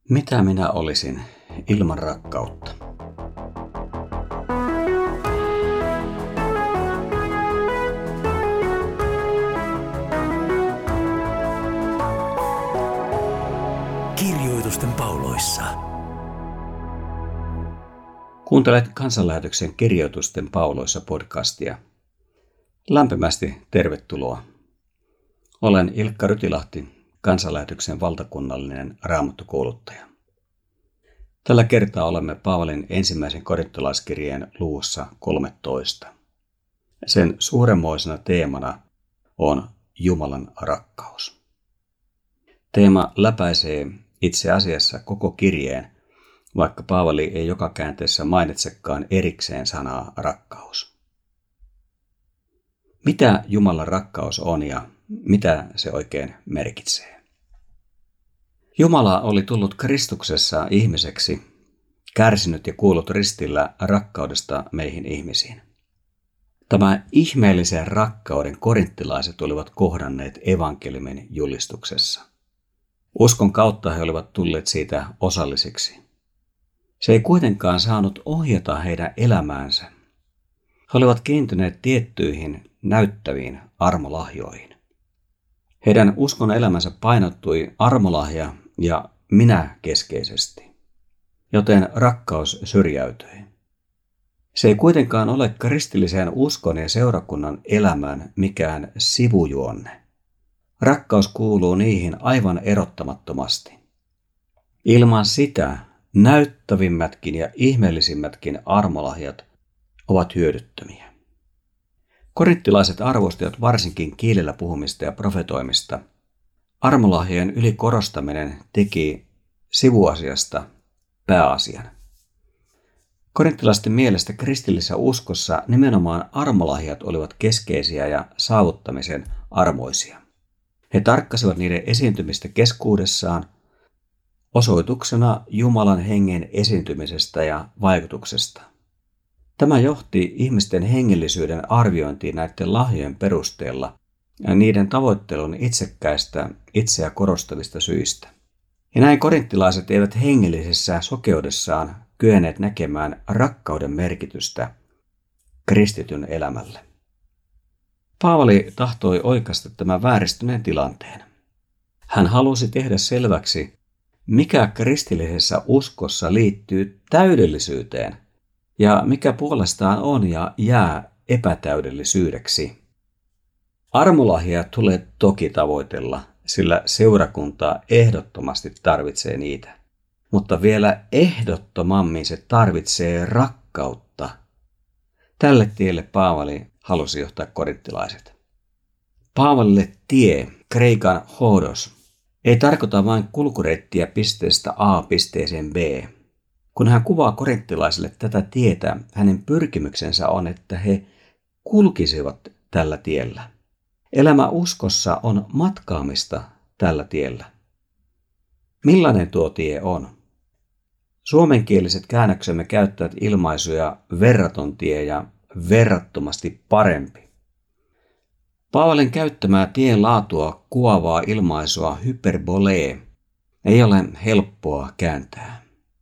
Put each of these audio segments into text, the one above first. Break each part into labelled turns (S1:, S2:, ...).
S1: Mitä minä olisin ilman rakkautta?
S2: Kirjoitusten pauloissa.
S1: Kuuntelet Kansanlähetyksen Kirjoitusten pauloissa podcastia. Lämpimästi tervetuloa. Olen Ilkka Rytilahti, Kansanlähetyksen valtakunnallinen raamattukouluttaja. Tällä kertaa olemme Paavalin ensimmäisen korintolaiskirjeen luvussa 13. Sen suuremmoisena teemana on Jumalan rakkaus. Teema läpäisee itse asiassa koko kirjeen, vaikka Paavali ei joka käänteessä mainitsekaan erikseen sanaa rakkaus. Mitä Jumalan rakkaus on ja mitä se oikein merkitsee? Jumala oli tullut Kristuksessa ihmiseksi, kärsinyt ja kuollut ristillä rakkaudesta meihin ihmisiin. Tämä ihmeellisen rakkauden korinttilaiset olivat kohdanneet evankeliumin julistuksessa. Uskon kautta he olivat tulleet siitä osallisiksi. Se ei kuitenkaan saanut ohjata heidän elämäänsä. He olivat kiintyneet tiettyihin näyttäviin armolahjoihin. Heidän uskon elämänsä painottui armolahja ja minä keskeisesti, joten rakkaus syrjäytyi. Se ei kuitenkaan ole kristillisen uskon ja seurakunnan elämään mikään sivujuonne. Rakkaus kuuluu niihin aivan erottamattomasti. Ilman sitä näyttävimmätkin ja ihmeellisimmätkin armolahjat ovat hyödyttömiä. Korinttilaiset arvostivat varsinkin kielellä puhumista ja profetoimista. Armolahjojen ylikorostaminen teki sivuasiasta pääasian. Korinttilaisten mielestä kristillisessä uskossa nimenomaan armolahjat olivat keskeisiä ja saavuttamisen armoisia. He tarkkasivat niiden esiintymistä keskuudessaan osoituksena Jumalan hengen esiintymisestä ja vaikutuksesta. Tämä johti ihmisten hengellisyyden arviointiin näiden lahjojen perusteella ja niiden tavoittelun itsekkäistä, itseä korostavista syistä. Ja näin korinttilaiset eivät hengellisessä sokeudessaan kyenneet näkemään rakkauden merkitystä kristityn elämälle. Paavali tahtoi oikaista tämän vääristyneen tilanteen. Hän halusi tehdä selväksi, mikä kristillisessä uskossa liittyy täydellisyyteen ja mikä puolestaan on ja jää epätäydellisyydeksi. Armolahjia tulee toki tavoitella, sillä seurakunta ehdottomasti tarvitsee niitä. Mutta vielä ehdottomammin se tarvitsee rakkautta. Tälle tielle Paavali halusi johtaa korinttilaiset. Paavalille tie, kreikan hodos, ei tarkoita vain kulkureittiä pisteestä A pisteeseen B. Kun hän kuvaa korinttilaisille tätä tietä, hänen pyrkimyksensä on, että he kulkisivat tällä tiellä. Elämä uskossa on matkaamista tällä tiellä. Millainen tuo tie on? Suomenkieliset käännöksemme käyttävät ilmaisuja verraton tie ja verrattomasti parempi. Paavalin käyttämää tien laatua kuvaavaa ilmaisua hyperbolee ei ole helppoa kääntää.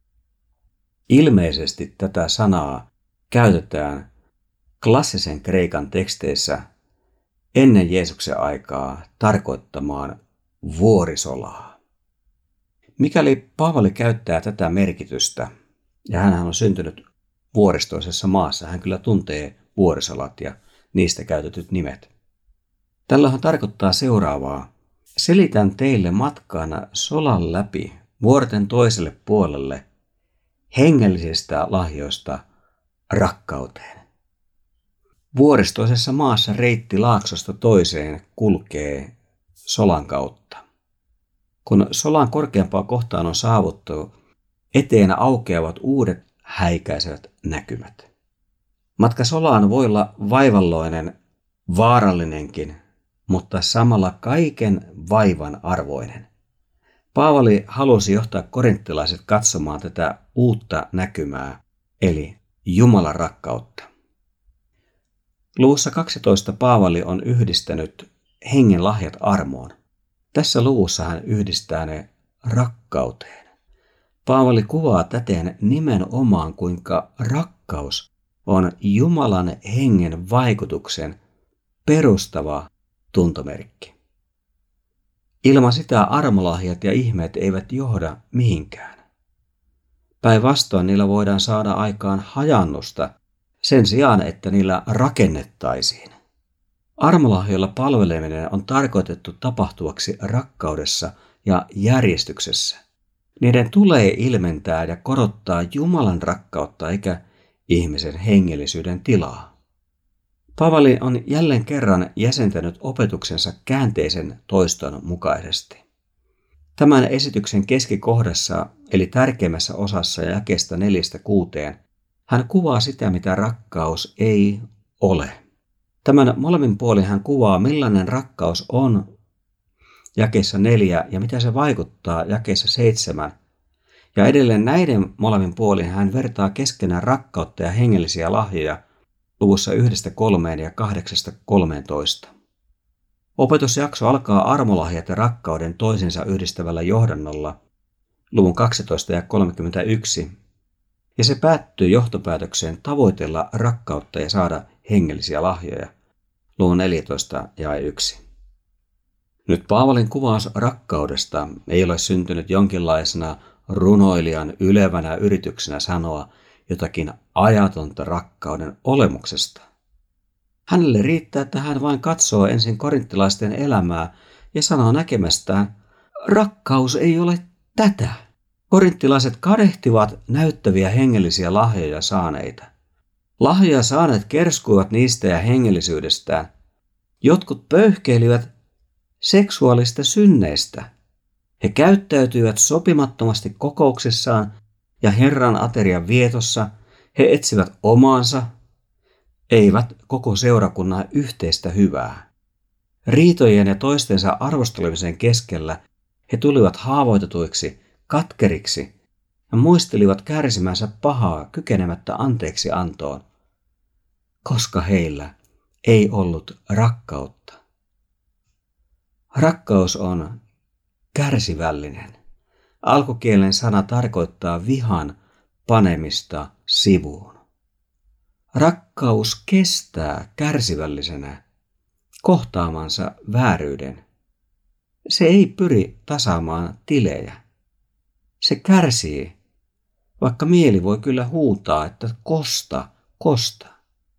S1: Ilmeisesti tätä sanaa käytetään klassisen kreikan teksteissä ennen Jeesuksen aikaa tarkoittamaan vuorisolaa. Mikäli Paavali käyttää tätä merkitystä, ja hän on syntynyt vuoristoisessa maassa, hän kyllä tuntee vuorisolat ja niistä käytetyt nimet. Tällähän tarkoittaa seuraavaa. Selitän teille matkaana solan läpi vuorten toiselle puolelle hengellisistä lahjoista rakkauteen. Vuoristoisessa maassa reitti laaksosta toiseen kulkee solan kautta. Kun solan korkeampaa kohtaan on saavuttu, eteen aukeavat uudet häikäisevät näkymät. Matka solaan voi olla vaivalloinen, vaarallinenkin, mutta samalla kaiken vaivan arvoinen. Paavali halusi johtaa korinttilaiset katsomaan tätä uutta näkymää, eli Jumalan rakkautta. Luvussa 12 Paavali on yhdistänyt hengen lahjat armoon. Tässä luvussa hän yhdistää ne rakkauteen. Paavali kuvaa täten nimenomaan, kuinka rakkaus on Jumalan hengen vaikutuksen perustava tuntomerkki. Ilman sitä armolahjat ja ihmeet eivät johda mihinkään. Päinvastoin niillä voidaan saada aikaan hajannusta sen sijaan, että niillä rakennettaisiin. Armolahjoilla palveleminen on tarkoitettu tapahtuvaksi rakkaudessa ja järjestyksessä. Niiden tulee ilmentää ja korottaa Jumalan rakkautta eikä ihmisen hengellisyyden tilaa. Paavali on jälleen kerran jäsentänyt opetuksensa käänteisen toiston mukaisesti. Tämän esityksen keskikohdassa, eli tärkeimmässä osassa jakeesta 4-6, hän kuvaa sitä, mitä rakkaus ei ole. Tämän molemmin puolin hän kuvaa, millainen rakkaus on jakeessa 4 ja mitä se vaikuttaa jakeessa 7. Ja edelleen näiden molemmin puolin hän vertaa keskenään rakkautta ja hengellisiä lahjoja luvussa 1-3 ja 8-13. Opetusjakso alkaa armolahjat ja rakkauden toisensa yhdistävällä johdannolla luvun 12 ja 31, ja se päättyy johtopäätökseen tavoitella rakkautta ja saada hengellisiä lahjoja luvun 14 ja 1. Nyt Paavalin kuvaus rakkaudesta ei ole syntynyt jonkinlaisena runoilijan ylevänä yrityksenä sanoa jotakin ajatonta rakkauden olemuksesta. Hänelle riittää, että hän vain katsoo ensin korinttilaisten elämää ja sanoo näkemästään, rakkaus ei ole tätä. Korinttilaiset kadehtivat näyttäviä hengellisiä lahjoja saaneita. Lahjoja saaneet kerskuivat niistä ja hengellisyydestään. Jotkut pöyhkeilivät seksuaalista synneistä. He käyttäytyivät sopimattomasti kokouksessaan ja Herran aterian vietossa. He etsivät omaansa, eivät koko seurakunnan yhteistä hyvää. Riitojen ja toistensa arvostelemisen keskellä he tulivat haavoitetuiksi, katkeriksi ja muistelivat kärsimänsä pahaa kykenemättä anteeksi antoon, koska heillä ei ollut rakkautta. Rakkaus on kärsivällinen. Alkukielen sana tarkoittaa vihan panemista sivuun. Rakkaus kestää kärsivällisenä kohtaamansa vääryyden. Se ei pyri tasaamaan tilejä. Se kärsii, vaikka mieli voi kyllä huutaa, että kosta, kosta.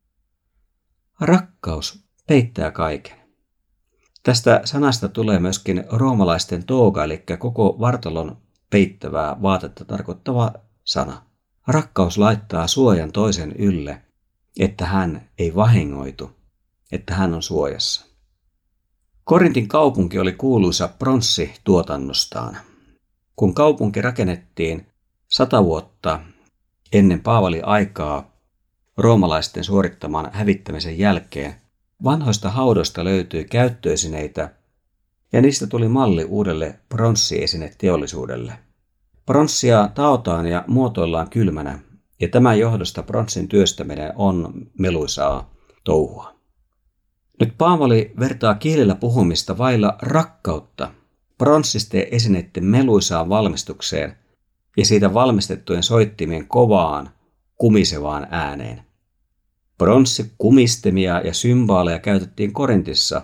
S1: Rakkaus peittää kaiken. Tästä sanasta tulee myöskin roomalaisten tooga, eli koko vartalon peittävää vaatetta tarkoittava sana. Rakkaus laittaa suojan toisen ylle, että hän ei vahingoitu, että hän on suojassa. Korintin kaupunki oli kuuluisa pronssituotannostaan. Kun kaupunki rakennettiin 100 vuotta ennen Paavalin aikaa roomalaisten suorittaman hävittämisen jälkeen, vanhoista haudoista löytyi käyttöesineitä ja niistä tuli malli uudelle pronssiesineteollisuudelle. Pronssia taotaan ja muotoillaan kylmänä ja tämän johdosta pronssin työstäminen on meluisaa touhua. Nyt Paavali vertaa kielellä puhumista vailla rakkautta pronssisten esineiden meluisaan valmistukseen ja siitä valmistettujen soittimien kovaan, kumisevaan ääneen. Pronssikumistimia ja symbaaleja käytettiin Korintissa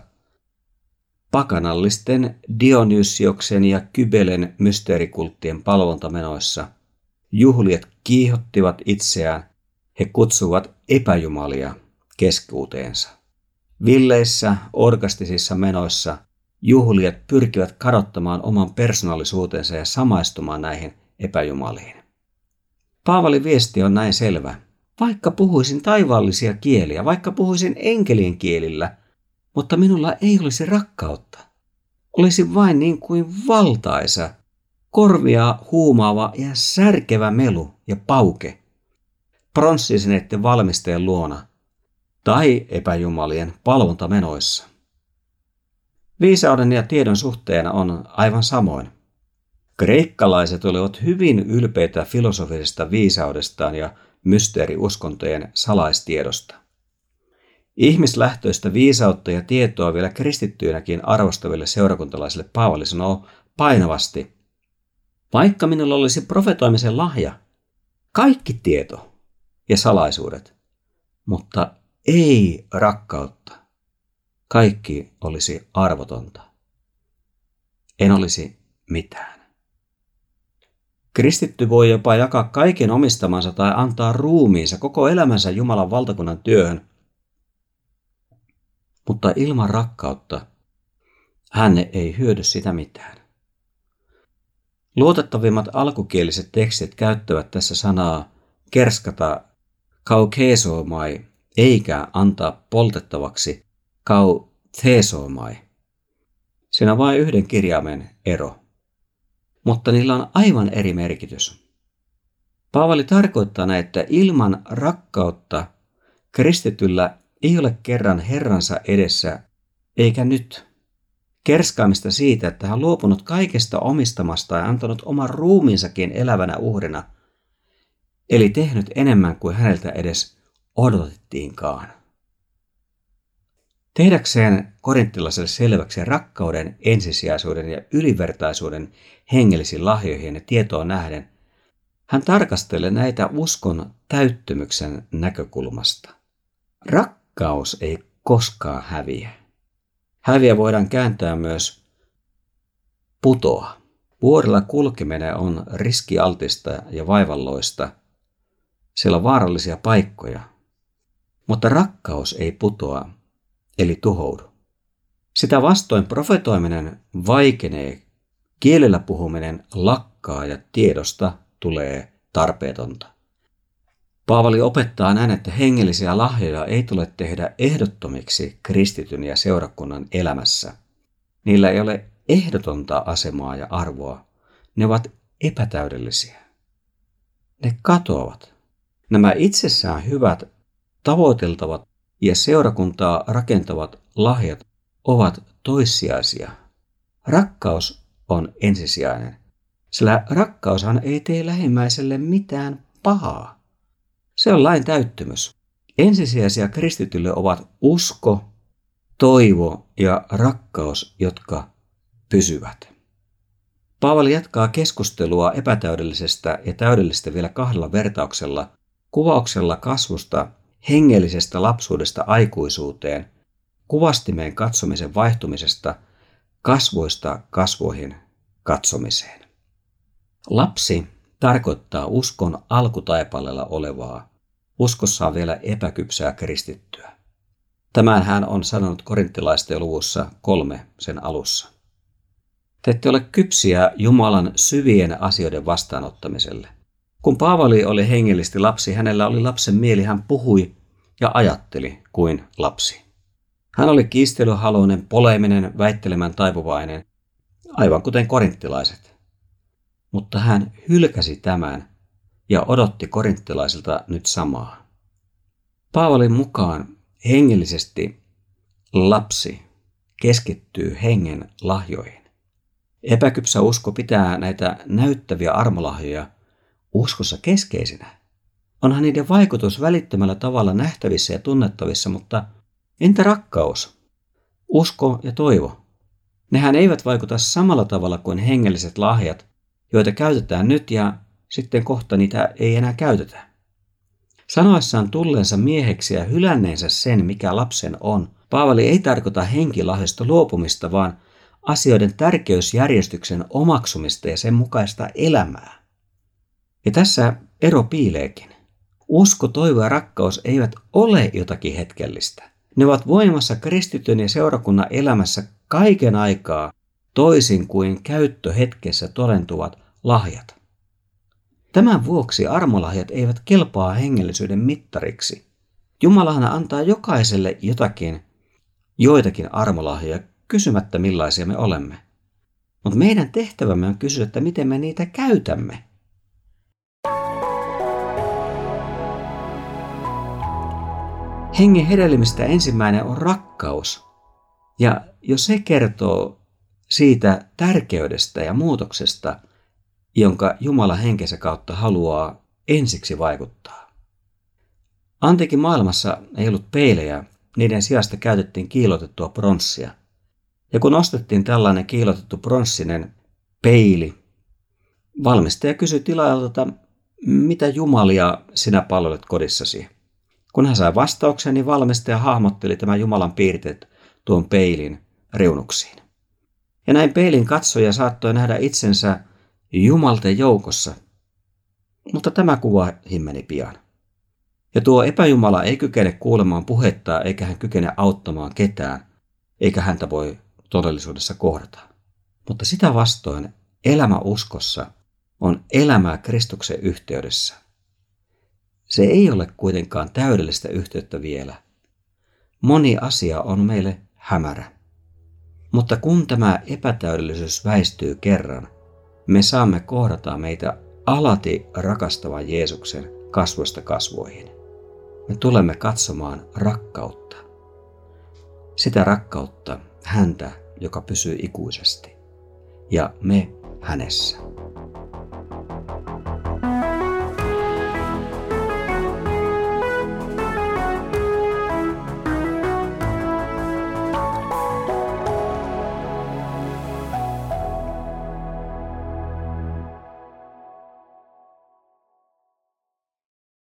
S1: pakanallisten Dionysioksen ja Kybelen mysteerikulttien palvontamenoissa. Juhlijat kiihottivat itseään, he kutsuvat epäjumalia keskuuteensa. Villeissä, orgastisissa menoissa juhlijat pyrkivät kadottamaan oman persoonallisuutensa ja samaistumaan näihin epäjumaliin. Paavalin viesti on näin selvä. Vaikka puhuisin taivaallisia kieliä, vaikka puhuisin enkelien kielillä, mutta minulla ei olisi rakkautta. Olisin vain niin kuin valtaisa, korvia huumaava ja särkevä melu ja pauke pronssiesineiden valmistajan luona tai epäjumalien palvontamenoissa. Viisauden ja tiedon suhteena on aivan samoin. Kreikkalaiset olivat hyvin ylpeitä filosofisesta viisaudestaan ja mysteeriuskontojen salaistiedosta. Ihmislähtöistä viisautta ja tietoa vielä kristittyinäkin arvostaville seurakuntalaisille Paavali sanoo painavasti: Vaikka minulla olisi profetoimisen lahja, kaikki tieto ja salaisuudet, mutta ei rakkautta, kaikki olisi arvotonta. En olisi mitään. Kristitty voi jopa jakaa kaiken omistamansa tai antaa ruumiinsa koko elämänsä Jumalan valtakunnan työhön, mutta ilman rakkautta hän ei hyödy sitä mitään. Luotettavimmat alkukieliset tekstit käyttävät tässä sanaa kerskata kaukeesomai eikä antaa poltettavaksi kautheesomai. Siinä on vain yhden kirjaimen ero, mutta niillä on aivan eri merkitys. Paavali tarkoittaa näin, että ilman rakkautta kristityllä ei ole kerran Herransa edessä eikä nyt. Kerskaamista siitä, että hän on luopunut kaikesta omistamasta ja antanut oman ruumiinsakin elävänä uhrina, eli tehnyt enemmän kuin häneltä edes odotettiinkaan. Tehdäkseen korinttilaiselle selväksi rakkauden, ensisijaisuuden ja ylivertaisuuden hengellisiin lahjoihin ja tietoon nähden, hän tarkastelee näitä uskon täyttymyksen näkökulmasta. Rakkaus ei koskaan häviä. Häviä voidaan kääntää myös putoa. Vuorilla kulkeminen on riskialtista ja vaivalloista. Siellä on vaarallisia paikkoja. Mutta rakkaus ei putoa, eli tuhoudu. Sitä vastoin profetoiminen vaikenee, kielellä puhuminen lakkaa ja tiedosta tulee tarpeetonta. Paavali opettaa näin, että hengellisiä lahjoja ei tule tehdä ehdottomiksi kristityn ja seurakunnan elämässä. Niillä ei ole ehdotonta asemaa ja arvoa. Ne ovat epätäydellisiä. Ne katoavat. Nämä itsessään hyvät, tavoiteltavat ja seurakuntaa rakentavat lahjat ovat toissijaisia. Rakkaus on ensisijainen, sillä rakkaushan ei tee lähimmäiselle mitään pahaa. Se on lain täyttymys. Ensisijaisia kristitylle ovat usko, toivo ja rakkaus, jotka pysyvät. Paavali jatkaa keskustelua epätäydellisestä ja täydellisestä vielä kahdella vertauksella, kuvauksella kasvusta, hengellisestä lapsuudesta aikuisuuteen, kuvastimeen katsomisen vaihtumisesta, kasvoista kasvoihin katsomiseen. Lapsi tarkoittaa uskon alkutaipaleella olevaa, uskossaan vielä epäkypsää kristittyä. Tämän hän on sanonut korinttilaisten luvussa 3 sen alussa. Te ette ole kypsiä Jumalan syvien asioiden vastaanottamiselle. Kun Paavali oli hengellisesti lapsi, hänellä oli lapsen mieli, hän puhui ja ajatteli kuin lapsi. Hän oli kiistelyhaluinen, poleeminen, väittelemään taipuvainen, aivan kuten korinttilaiset. Mutta hän hylkäsi tämän ja odotti korinttilaisilta nyt samaa. Paavalin mukaan hengellisesti lapsi keskittyy hengen lahjoihin. Epäkypsä usko pitää näitä näyttäviä armolahjoja uskossa keskeisinä. Onhan niiden vaikutus välittömällä tavalla nähtävissä ja tunnettavissa, mutta entä rakkaus, usko ja toivo? Nehän eivät vaikuta samalla tavalla kuin hengelliset lahjat, joita käytetään nyt ja sitten kohta niitä ei enää käytetä. Sanoessaan tulleensa mieheksi ja hylänneensä sen, mikä lapsen on, Paavali ei tarkoita henkilahjasta luopumista, vaan asioiden tärkeysjärjestyksen omaksumista ja sen mukaista elämää. Ja tässä ero piileekin. Usko, toivo ja rakkaus eivät ole jotakin hetkellistä. Ne ovat voimassa kristityn ja seurakunnan elämässä kaiken aikaa, toisin kuin käyttöhetkessä todentuvat lahjat. Tämän vuoksi armolahjat eivät kelpaa hengellisyyden mittariksi. Jumalahan antaa jokaiselle joitakin armolahjoja kysymättä millaisia me olemme. Mutta meidän tehtävämme on kysyä, että miten me niitä käytämme. Hengen hedelmistä ensimmäinen on rakkaus. Ja jo se kertoo siitä tärkeydestä ja muutoksesta, jonka Jumala henkensä kautta haluaa ensiksi vaikuttaa. Antiikin maailmassa ei ollut peilejä, niiden sijasta käytettiin kiillotettua pronssia. Ja kun ostettiin tällainen kiillotettu pronssinen peili, Valmistaja kysyi tilaajalta, mitä jumalia sinä palvelet kodissasi. Kun hän sai vastauksen, niin valmistaja hahmotteli tämän Jumalan piirteet tuon peilin reunuksiin. Ja näin peilin katsoja saattoi nähdä itsensä jumalten joukossa, mutta tämä kuva himmeni pian. Ja tuo epäjumala ei kykene kuulemaan puhetta, eikä hän kykene auttamaan ketään, eikä häntä voi todellisuudessa kohdata. Mutta sitä vastoin elämä uskossa on elämää Kristuksen yhteydessä. Se ei ole kuitenkaan täydellistä yhteyttä vielä. Moni asia on meille hämärä. Mutta kun tämä epätäydellisyys väistyy kerran, me saamme kohdata meitä alati rakastavan Jeesuksen kasvoista kasvoihin. Me tulemme katsomaan rakkautta. Sitä rakkautta, häntä, joka pysyy ikuisesti. Ja me hänessä.